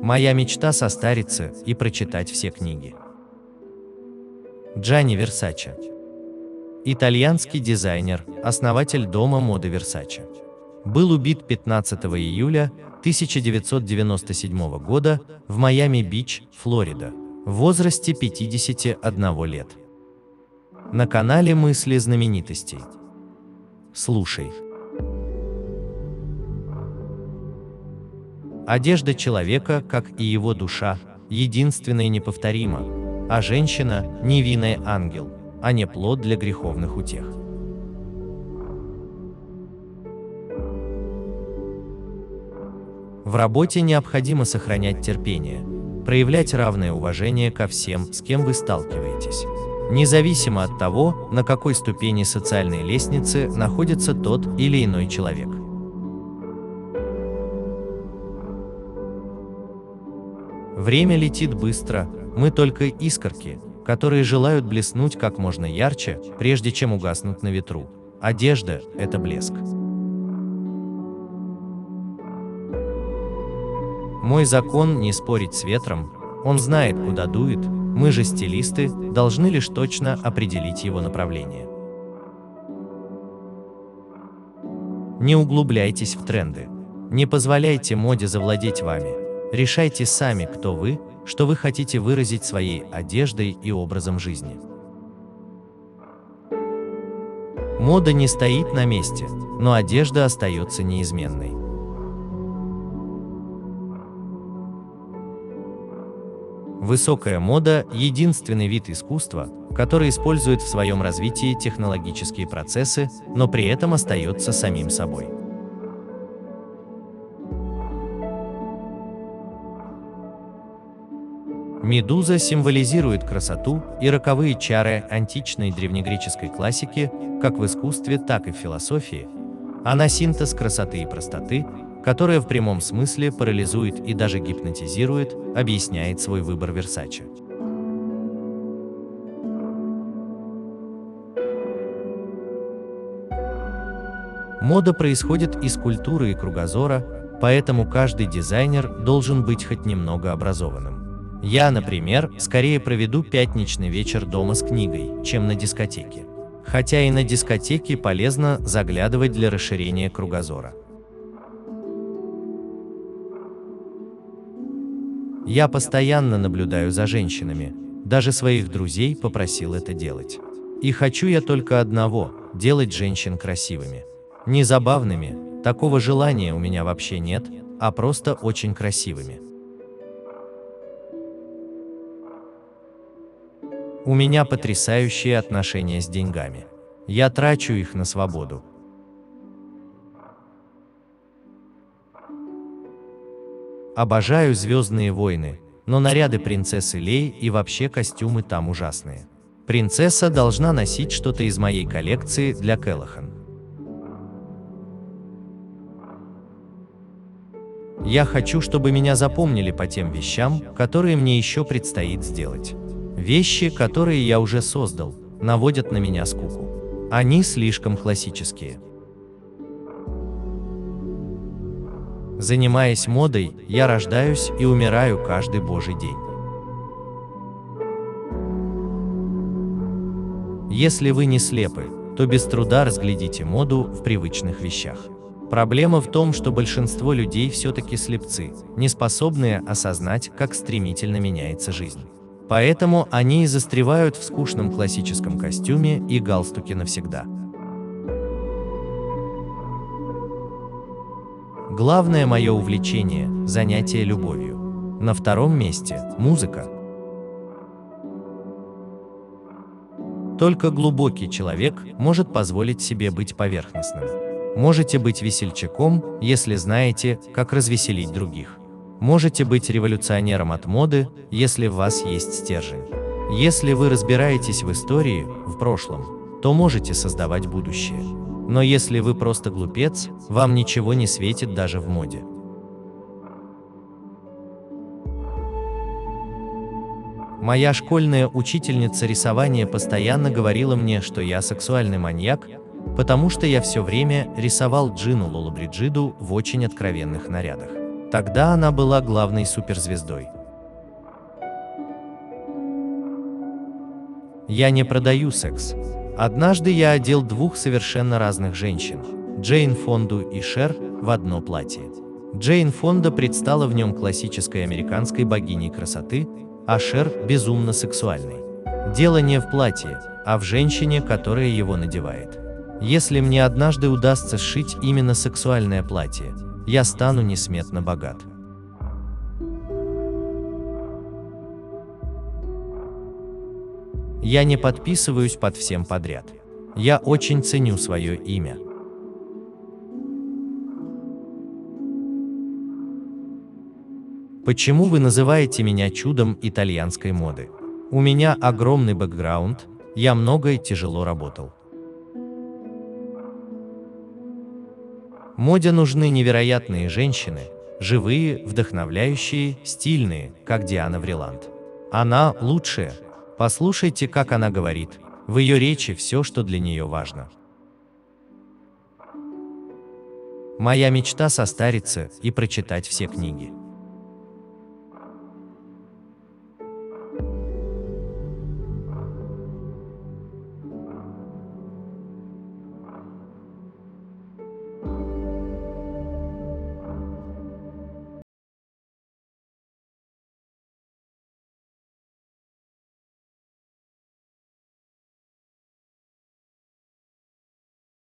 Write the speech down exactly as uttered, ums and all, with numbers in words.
Моя мечта состариться и прочитать все книги. Джанни Версаче. Итальянский дизайнер, основатель дома моды Версаче. Был убит пятнадцатого июля тысяча девятьсот девяносто седьмого года в Майами-Бич, Флорида, в возрасте пятидесяти одного лет. На канале «Мысли знаменитостей». Слушай. Одежда человека, как и его душа, единственная и неповторима, а женщина – невинный ангел, а не плод для греховных утех. В работе необходимо сохранять терпение, проявлять равное уважение ко всем, с кем вы сталкиваетесь, независимо от того, на какой ступени социальной лестницы находится тот или иной человек. Время летит быстро, мы только искорки, которые желают блеснуть как можно ярче, прежде чем угаснуть на ветру. Одежда – это блеск. Мой закон – не спорить с ветром, он знает, куда дует, мы же стилисты, должны лишь точно определить его направление. Не углубляйтесь в тренды, не позволяйте моде завладеть вами. Решайте сами, кто вы, что вы хотите выразить своей одеждой и образом жизни. Мода не стоит на месте, но одежда остается неизменной. Высокая мода – единственный вид искусства, который использует в своем развитии технологические процессы, но при этом остается самим собой. Медуза символизирует красоту и роковые чары античной древнегреческой классики, как в искусстве, так и в философии. Она синтез красоты и простоты, которая в прямом смысле парализует и даже гипнотизирует, объясняет свой выбор Версаче. Мода происходит из культуры и кругозора, поэтому каждый дизайнер должен быть хоть немного образованным. Я, например, скорее проведу пятничный вечер дома с книгой, чем на дискотеке. Хотя и на дискотеке полезно заглядывать для расширения кругозора. Я постоянно наблюдаю за женщинами, даже своих друзей попросил это делать. И хочу я только одного – делать женщин красивыми. Не забавными, такого желания у меня вообще нет, а просто очень красивыми. У меня потрясающие отношения с деньгами. Я трачу их на свободу. Обожаю «Звездные войны», но наряды принцессы Леи и вообще костюмы там ужасные. Принцесса должна носить что-то из моей коллекции для Келлохан. Я хочу, чтобы меня запомнили по тем вещам, которые мне еще предстоит сделать. Вещи, которые я уже создал, наводят на меня скуку. Они слишком классические. Занимаясь модой, я рождаюсь и умираю каждый божий день. Если вы не слепы, то без труда разглядите моду в привычных вещах. Проблема в том, что большинство людей все-таки слепцы, не способные осознать, как стремительно меняется жизнь. Поэтому они и застревают в скучном классическом костюме и галстуке навсегда. Главное мое увлечение – занятие любовью. На втором месте – музыка. Только глубокий человек может позволить себе быть поверхностным. Можете быть весельчаком, если знаете, как развеселить других. Можете быть революционером от моды, если в вас есть стержень. Если вы разбираетесь в истории, в прошлом, то можете создавать будущее. Но если вы просто глупец, вам ничего не светит даже в моде. Моя школьная учительница рисования постоянно говорила мне, что я сексуальный маньяк, потому что я все время рисовал Джину Лоллобриджиду в очень откровенных нарядах. Тогда она была главной суперзвездой. Я не продаю секс. Однажды я одел двух совершенно разных женщин, Джейн Фонду и Шер, в одно платье. Джейн Фонда предстала в нем классической американской богиней красоты, а Шер – безумно сексуальной. Дело не в платье, а в женщине, которая его надевает. Если мне однажды удастся сшить именно сексуальное платье, я стану несметно богат. Я не подписываюсь под всем подряд. Я очень ценю свое имя. Почему вы называете меня чудом итальянской моды? У меня огромный бэкграунд, я много и тяжело работал. Моде нужны невероятные женщины, живые, вдохновляющие, стильные, как Диана Вриланд. Она лучшая. Послушайте, как она говорит. В ее речи все, что для нее важно. Моя мечта состариться и прочитать все книги.